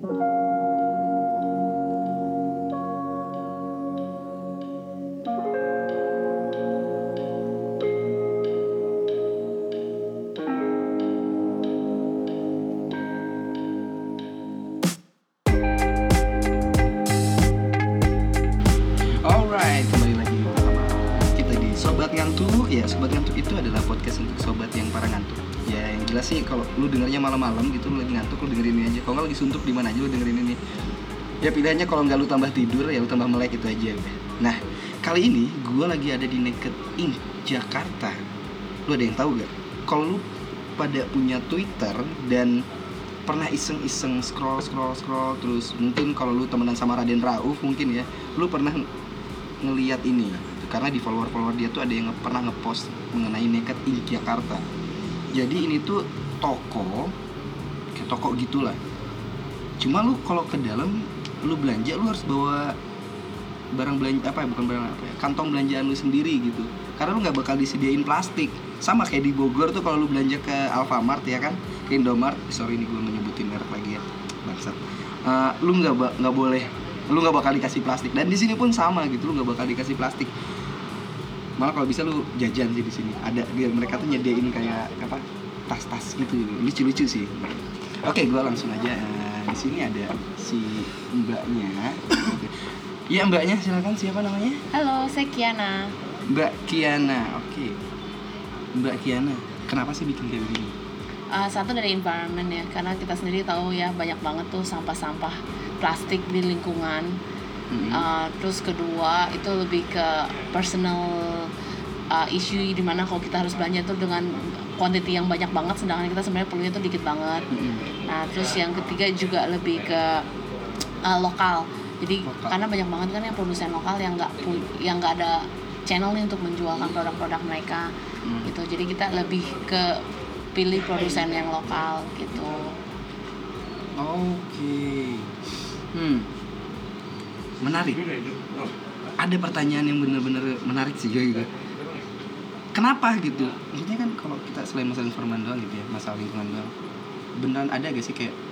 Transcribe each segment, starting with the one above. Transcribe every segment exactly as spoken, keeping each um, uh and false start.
Alright, kembali lagi bersama kita di Sobat Ngantuk. Ya, Sobat Ngantuk itu adalah podcast untuk sobat yang para ngantuk. Ya, yang jelas sih kalau lu dengernya malam-malam gitu, lu lagi ngantuk, lu dengerin ini aja. Kalau nggak lagi suntuk di mana aja lu dengerin ini. Ya pilihannya kalau nggak lu tambah tidur, ya lu tambah melek, itu aja udah. Nah, kali ini gue lagi ada di Naked Ink Jakarta. Lu ada yang tahu gak? Kalau lu pada punya Twitter dan pernah iseng-iseng scroll-scroll-scroll, terus mungkin kalau lu temenan sama Raden Rauf mungkin ya, lu pernah ngelihat ini, karena di follower-follower dia tuh ada yang pernah ngepost mengenai Naked Ink Jakarta. Jadi ini tuh toko, kayak toko gitulah. Cuma lu kalau ke dalam lu belanja, lu harus bawa barang belanja apa ya, bukan barang apa ya, kantong belanjaan lu sendiri gitu. Karena lu nggak bakal disediain plastik. Sama kayak di Bogor tuh kalau lu belanja ke Alfamart ya kan, ke Indomart. Sorry ini gue menyebutin merek lagi ya, bangsat. Uh, lu nggak ba- nggak boleh, lu nggak bakal dikasih plastik. Dan di sini pun sama gitu, lu nggak bakal dikasih plastik. Malah kalau bisa lu jajan sih di sini. Ada dia, mereka tuh nyediain kayak apa, tas-tas gitu, lucu-lucu sih. Oke, gue langsung aja. Nah, di sini ada si mbaknya. Iya mbaknya, silakan, siapa namanya? Halo, saya Kiana. Mbak Kiana, oke. Mbak Kiana, kenapa sih bikin kayak begini? Uh, satu dari environment ya, karena kita sendiri tahu ya banyak banget tuh sampah-sampah plastik di lingkungan. Mm-hmm. Uh, terus kedua itu lebih ke personal uh, issue, dimana kalau kita harus belanja tuh dengan quantity yang banyak banget, sedangkan kita sebenarnya perlunya tuh dikit banget. Mm-hmm. Nah terus yang ketiga juga lebih ke uh, lokal. Jadi lokal. Karena banyak banget kan yang produsen lokal yang nggak yang nggak ada channel nih untuk menjualkan produk-produk mereka. Mm. Gitu. Jadi kita lebih ke pilih produsen yang lokal gitu. Oke. Okay. Hmm. Menarik. Ada pertanyaan yang benar-benar menarik sih juga. Kenapa gitu? Maksudnya kan kalau kita selain masalah environment doang gitu ya, masalah lingkungan doang, beneran ada gak sih kayak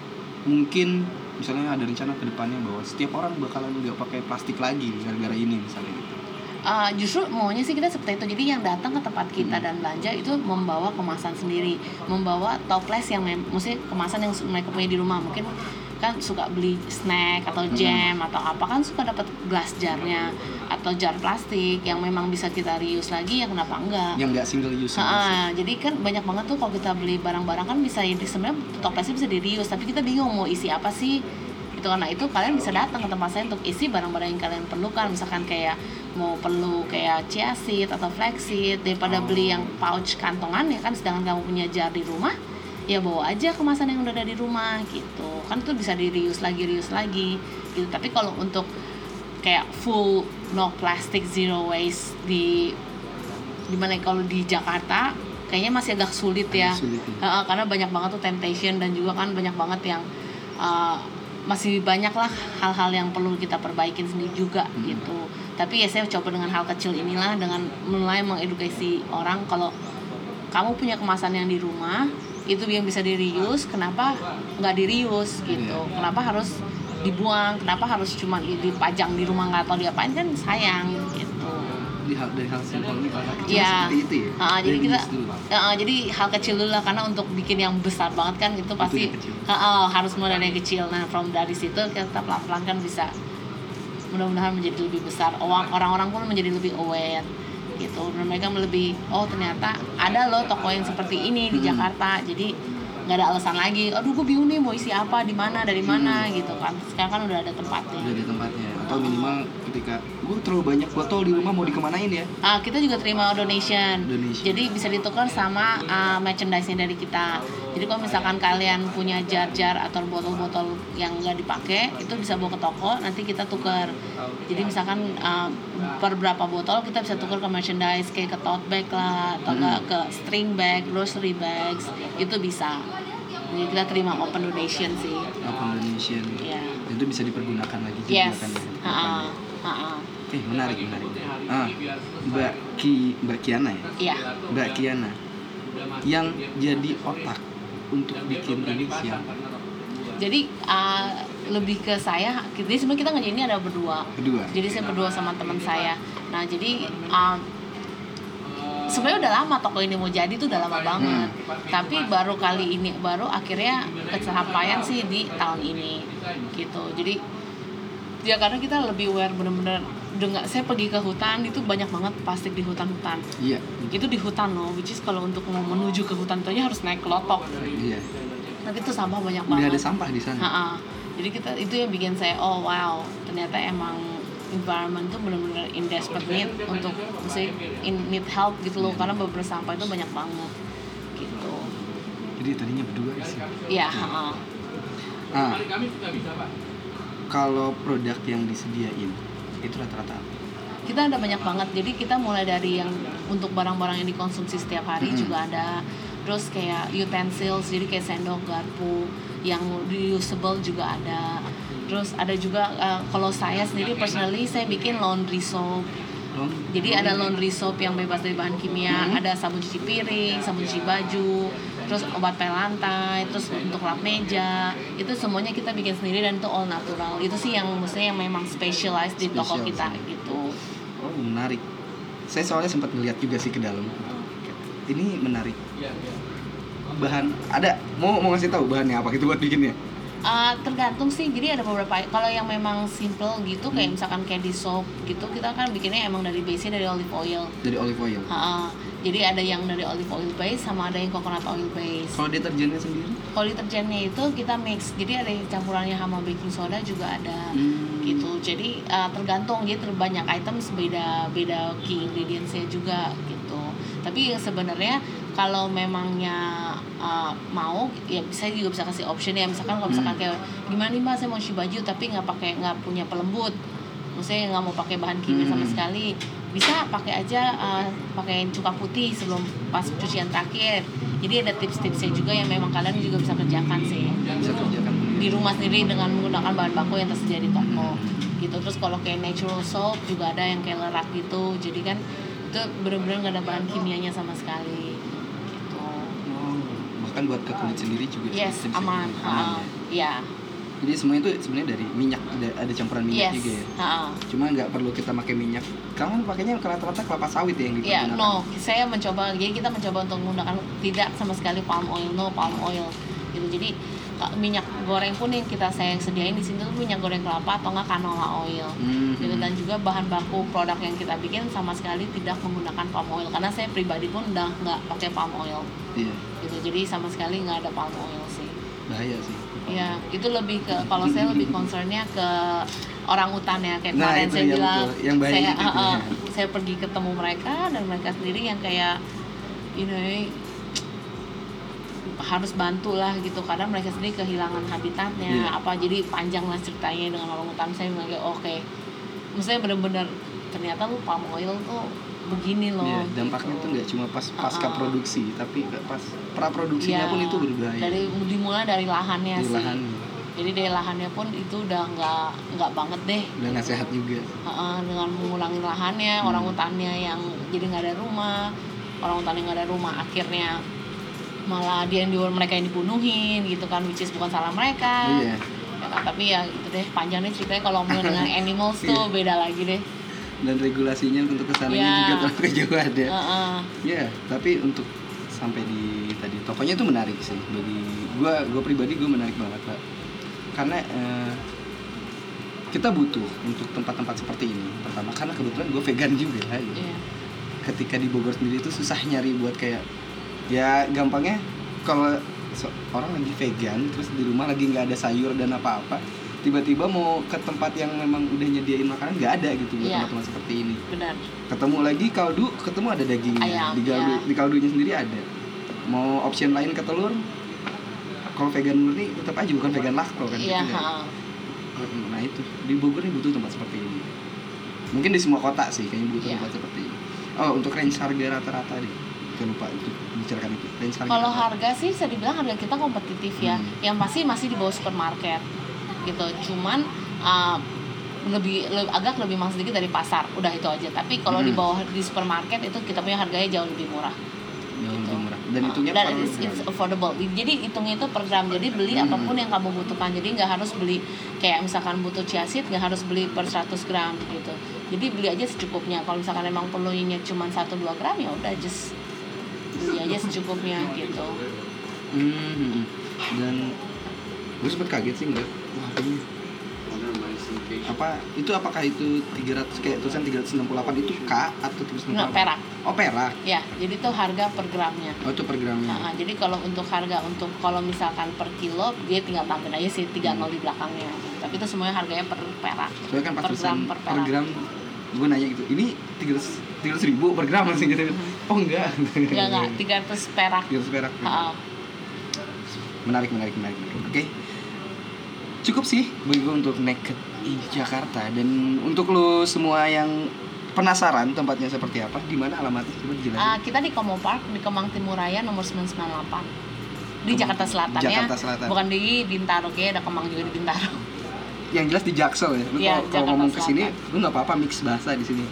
mungkin misalnya ada rencana ke depannya bahwa setiap orang bakalan nggak pakai plastik lagi gara-gara ini misalnya gitu? Uh, justru maunya sih kita seperti itu. Jadi yang datang ke tempat kita dan belanja itu membawa kemasan sendiri, membawa toples yang mem- maksudnya kemasan yang mereka punya di rumah. Mungkin kan suka beli snack atau jam hmm. atau apa, kan suka dapat glass jarnya atau jar plastik yang memang bisa kita reuse lagi, ya kenapa enggak? Yang enggak single use. Nah, jadi kan banyak banget tuh kalau kita beli barang-barang kan bisa, sebenarnya toplesnya bisa di reuse, tapi kita bingung mau isi apa sih? Itu karena itu kalian bisa datang ke tempat saya untuk isi barang-barang yang kalian perlukan. Misalkan kayak mau perlu kayak chia seed atau flax seed, daripada oh. beli yang pouch kantongan ya kan, sedangkan kamu punya jar di rumah, ya bawa aja kemasan yang udah ada di rumah gitu. Kan itu bisa di reuse lagi, reuse lagi gitu. Tapi kalau untuk kayak full no plastic zero waste di dimana kalau di Jakarta kayaknya masih agak sulit ya. Sulit, ya. Uh, karena banyak banget tuh temptation, dan juga kan banyak banget yang uh, masih banyak lah hal-hal yang perlu kita perbaikin sendiri juga hmm. gitu. Tapi ya saya coba dengan hal kecil inilah, dengan mulai mengedukasi orang kalau kamu punya kemasan yang di rumah itu yang bisa di reuse, kenapa nggak di reuse gitu? Kenapa harus dibuang? Kenapa harus cuma dipajang di rumah nggak tahu diapain, kan sayang gitu. Di hal dari hal simpel ini hal kecil ya, seperti itu ya. Uh, jadi kita uh, jadi hal kecil dulu lah, karena untuk bikin yang besar banget kan itu pasti itu uh, uh, harus mulai dari kecil. Nah from dari situ kita pelan-pelan kan bisa mudah-mudahan menjadi lebih besar. Orang-orang pun menjadi lebih aware gitu, dan mereka lebih oh ternyata ada loh toko yang seperti ini di hmm. Jakarta. Jadi nggak ada alasan lagi, aduh gue bingung nih mau isi apa, di mana, dari mana hmm. gitu kan. Sekarang kan udah ada tempatnya. Udah ada tempatnya. Atau minimal ketika gue terlalu banyak botol di rumah mau dikemanain ya? Ah, kita juga terima donation. donation. Jadi bisa ditukar sama uh, merchandise-nya dari kita. Jadi kalau misalkan kalian punya jar-jar atau botol-botol yang nggak dipakai, itu bisa bawa ke toko, nanti kita tukar. Jadi misalkan uh, per berapa botol kita bisa tukar ke merchandise, kayak ke tote bag lah, atau hmm. ke string bag, grocery bags, itu bisa. Jadi kita terima open donation sih. Open donation. Iya. Itu bisa dipergunakan lagi juga yes. kan ya. Heeh. Heeh. Eh, menarik, menarik. Ah, Mbak Ki, Mbak Kiana ya? Iya. Mbak Kiana. Yang jadi otak untuk bikin ini siapa? Jadi uh, lebih ke saya, jadi sebenarnya kita ngerjain ini ada berdua. Berdua. Jadi saya berdua sama teman saya. Nah jadi um, sebenarnya udah lama toko ini mau jadi tuh udah lama banget. Hmm. Tapi baru kali ini, baru akhirnya kesampaian sih di tahun ini, gitu. Jadi ya karena kita lebih aware bener-bener. Dengan saya pergi ke hutan itu banyak banget plastik di hutan-hutan. Iya. Itu di hutan loh, which is kalau untuk mau menuju ke hutan itu harus naik kelotok. Iya. Tapi itu sampah banyak Udah banget. Udah ada sampah di sana. Ha-ha. Jadi kita itu yang bikin saya oh wow, ternyata emang environment tuh benar-benar in desperate need untuk mesti in need help gitu loh, yeah. Karena beberapa sampah itu banyak banget gitu. Jadi tadinya berdua sih. Iya, heeh. Ah. Kalau produk yang disediain itu rata-rata apa? Kita ada banyak banget. Jadi kita mulai dari yang untuk barang-barang yang dikonsumsi setiap hari mm-hmm. juga ada. Terus kayak utensils, jadi kayak sendok, garpu yang reusable juga ada. Terus ada juga uh, kalau saya sendiri personally saya bikin laundry soap. Oh. Jadi ada laundry soap yang bebas dari bahan kimia, mm-hmm. ada sabun cuci piring, sabun cuci baju, terus obat pel lantai, terus untuk lap meja, itu semuanya kita bikin sendiri dan itu all natural. Itu sih yang maksudnya yang memang specialized di toko Special, kita sih. gitu. Oh menarik. Saya soalnya sempat ngeliat juga sih ke dalam. Ini menarik. Bahan ada mau mau ngasih tahu bahannya apa gitu buat bikinnya? Uh, tergantung sih, jadi ada beberapa. Kalau yang memang simple gitu, kayak hmm. misalkan candy soap gitu, kita kan bikinnya emang dari base-nya dari olive oil. Dari olive oil. Uh, jadi ada yang dari olive oil base sama ada yang coconut oil base. Kalau deterjennya sendiri? Kalau deterjennya itu kita mix, jadi ada yang campurannya sama baking soda juga ada, hmm. gitu. Jadi uh, tergantung, jadi terbanyak items beda beda key ingredients-nya juga gitu. Tapi sebenarnya kalau memangnya uh, mau ya saya juga bisa kasih option ya, misalkan kalau misalkan kayak gimana nih mbak saya mau cuci baju tapi nggak pakai nggak punya pelembut, maksudnya nggak mau pakai bahan kimia hmm. sama sekali, bisa pakai aja uh, pakai cuka putih sebelum pas cucian terakhir. Jadi ada tips-tipsnya juga yang memang kalian juga bisa kerjakan sih, bisa kerjakan di rumah sendiri dengan menggunakan bahan baku yang tersedia di toko gitu. Terus kalau kayak natural soap juga ada yang kayak lerak gitu, jadi kan itu benar-benar nggak ada bahan kimianya sama sekali. Kan buat ke kulit sendiri juga yes, aman, aman ya. ya. Jadi semua itu sebenarnya dari minyak, ada, ada campuran minyak yes. juga ya. Ha-ha. Cuma nggak perlu kita pakai minyak. Kamu pakainya rata-rata kelapa sawit ya yang digunakan. Ya, no, saya mencoba, jadi kita mencoba untuk menggunakan tidak sama sekali palm oil, no palm oil gitu. Jadi minyak goreng pun yang kita saya sediain di sini tuh minyak goreng kelapa atau nggak canola oil, mm-hmm. gitu. Dan juga bahan baku produk yang kita bikin sama sekali tidak menggunakan palm oil karena saya pribadi pun udah nggak pakai palm oil, yeah. gitu. Jadi sama sekali nggak ada palm oil sih. Bahaya sih. Ya, itu lebih ke kalau saya lebih concernnya ke orang utan ya, kayak nah, kemarin saya bilang yang saya gitu, uh, uh, saya pergi ketemu mereka dan mereka sendiri yang kayak you know harus bantulah gitu, kadang mereka sendiri kehilangan habitatnya, yeah. apa jadi panjang lah ceritanya dengan orang hutan. Saya bilang oke, okay. Maksudnya benar-benar ternyata lu palm oil tuh begini loh. Yeah, dampaknya gitu. Tuh nggak cuma pas pasca uh-uh. produksi, tapi pas pra produksinya yeah. pun itu berbahaya. Dari dimulai dari lahannya dari sih. Lahan. Jadi dari lahannya pun itu udah nggak nggak banget deh. Udah nggak sehat juga. Uh-uh, dengan mengulangi lahannya, hmm. orang hutannya yang jadi nggak ada rumah, orang hutan yang nggak ada rumah akhirnya malah dia yang di mereka yang dibunuhin gitu kan, which is bukan salah mereka. Iya. Ya kan, tapi ya itu deh panjang nih ceritanya kalau dengan animals tuh beda lagi deh. Dan regulasinya untuk kesananya yeah. juga terlalu jauh ada. Uh-uh. Ya, tapi untuk sampai di tadi tokonya itu menarik sih bagi gua, gua pribadi gua menarik banget Pak. Karena uh, kita butuh untuk tempat-tempat seperti ini. Pertama karena kebetulan gua vegan juga ya. Yeah. Ketika di Bogor sendiri itu susah nyari buat kayak ya gampangnya kalau so, orang lagi vegan terus di rumah lagi nggak ada sayur dan apa-apa, tiba-tiba mau ke tempat yang memang udah nyediain makanan nggak ada gitu buat yeah. teman-teman seperti ini. Benar. Ketemu lagi kaldu, ketemu ada dagingnya. Ayam, di kaldu ya. di kaldunya sendiri ada. Mau option lain ke telur, kalau vegan murni tetap aja bukan vegan lakto kan. Iya. Gitu, kan? Nah itu di Bogor ini butuh tempat seperti ini. Mungkin di semua kota sih kayaknya butuh yeah. tempat seperti ini. Oh untuk range harga rata-rata deh. Saya lupa itu bicarakan itu. Kalau harga sih bisa dibilang harga kita kompetitif ya. Hmm. Yang pasti masih di bawah supermarket gitu. Cuman uh, lebih, lebih agak lebih mahal sedikit dari pasar. Udah itu aja. Tapi kalau hmm. di bawah di supermarket itu kita punya harganya jauh lebih murah. Jauh gitu. lebih murah. dan hitungnya dan per it's, it's gram. affordable. Jadi hitungnya itu per gram. Jadi beli Hmm. apapun yang kamu butuhkan. Jadi nggak harus beli kayak misalkan butuh chia seed nggak harus beli per seratus gram gitu. Jadi beli aja secukupnya. Kalau misalkan emang perlunya cuma satu dua gram ya udah just beli aja secukupnya gitu. Hmm. Dan gue sempet kaget sih ngeliat wah ini apa itu, apakah itu tiga ratus kayak tulisan tiga ratus enam puluh delapan itu K atau tiga ratus enam puluh delapan? Nggak, perak. Oh, perak. Ya, jadi itu harga per gramnya. Oh, itu per gramnya. Nah, jadi kalau untuk harga untuk kalau misalkan per kilo dia tinggal tambahin aja sih tiga nol di belakangnya. Tapi itu semuanya harganya per perak. Soalnya kan pas per tulisan gram per per perak. gram gue nanya gitu, ini tiga ratus ribu per gram masih gitu. Mhm. Oh enggak. Enggak enggak, tiga ratus perak. tiga ratus perak. Ha-ha. Menarik, menarik, menarik. Oke. Cukup sih bagi gue untuk Naked in Jakarta. Dan untuk lo semua yang penasaran tempatnya seperti apa, di mana alamatnya coba dijelasin. Uh, kita di Komo Park di Kemang Timur Raya nomor sembilan sembilan delapan di Kemang- Jakarta Selatan Jakarta ya. Selatan. Bukan di Bintaro, kayak ada Kemang juga di Bintaro. Yang jelas di Jaksel ya. Lu Iya, kalau- kalau Jakarta ngomong ke sini, Selatan. lu nggak apa-apa mix bahasa di sini.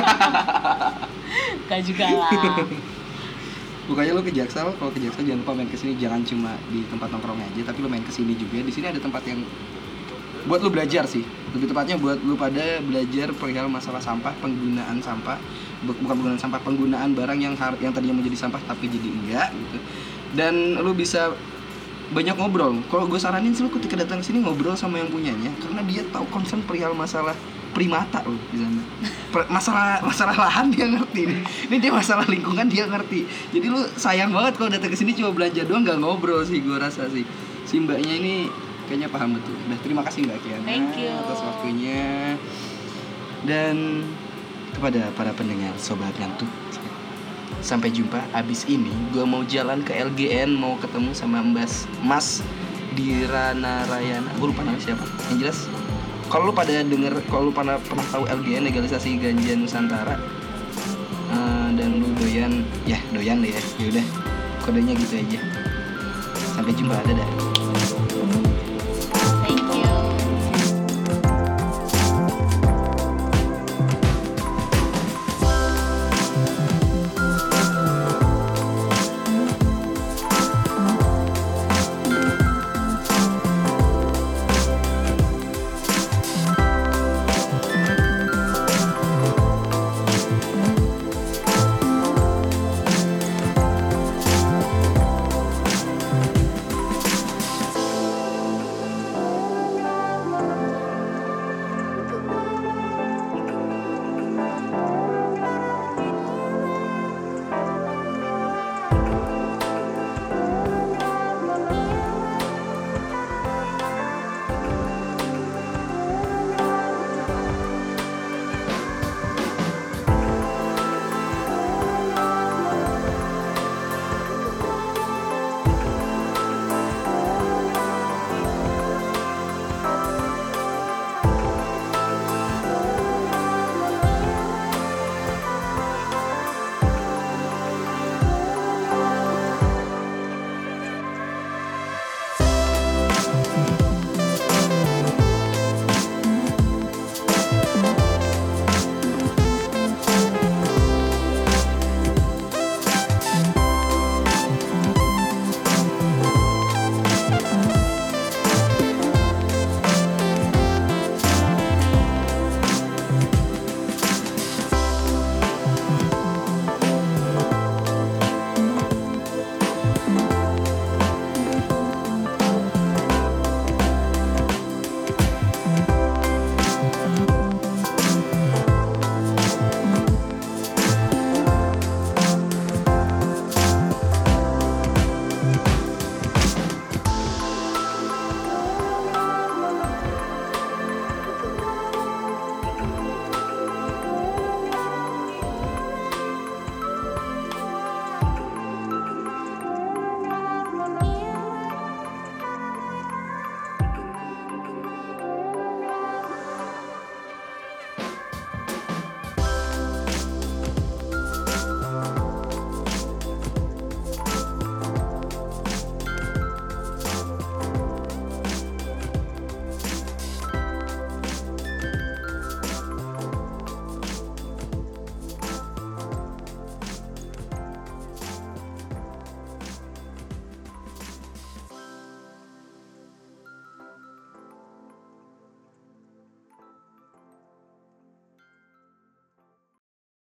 Gak juga lah. Bukannya lu ke Jaksel, kalau ke Jaksel jangan lupa main ke sini, jangan cuma di tempat nongkrongnya aja, tapi lu main ke sini juga. Di sini ada tempat yang buat lu belajar sih. Lebih tepatnya buat lu pada belajar perihal masalah sampah, penggunaan sampah, Bu- bukan penggunaan sampah, penggunaan barang yang har- yang tadinya mau jadi sampah tapi jadi enggak gitu. Dan lu bisa banyak ngobrol. Kalau gue saranin sih lu ketika datang ke sini ngobrol sama yang punyanya, karena dia tahu concern perihal masalah primata loh di sana. Per- masalah masalah lahan dia ngerti nih. Ini dia masalah lingkungan dia ngerti. Jadi lu sayang banget kalau datang ke sini cuma belanja doang nggak ngobrol sih, gue rasa sih. Si mbaknya ini kayaknya paham betul. Udah, terima kasih Mbak Kiana Thank you. atas waktunya. Dan kepada para pendengar Sobat Ngantuk, sampai jumpa. Abis ini gue mau jalan ke L G N, mau ketemu sama Mbas Mas Dirana Rayana. Gue lupa namanya siapa. Yang jelas kalau lu pada denger, kalau lu pernah pernah tahu L G N, legalisasi ganja Nusantara, uh, dan lu doyan, ya doyan deh ya. Ya udah, kodenya gitu aja. Sampai jumpa, dadah.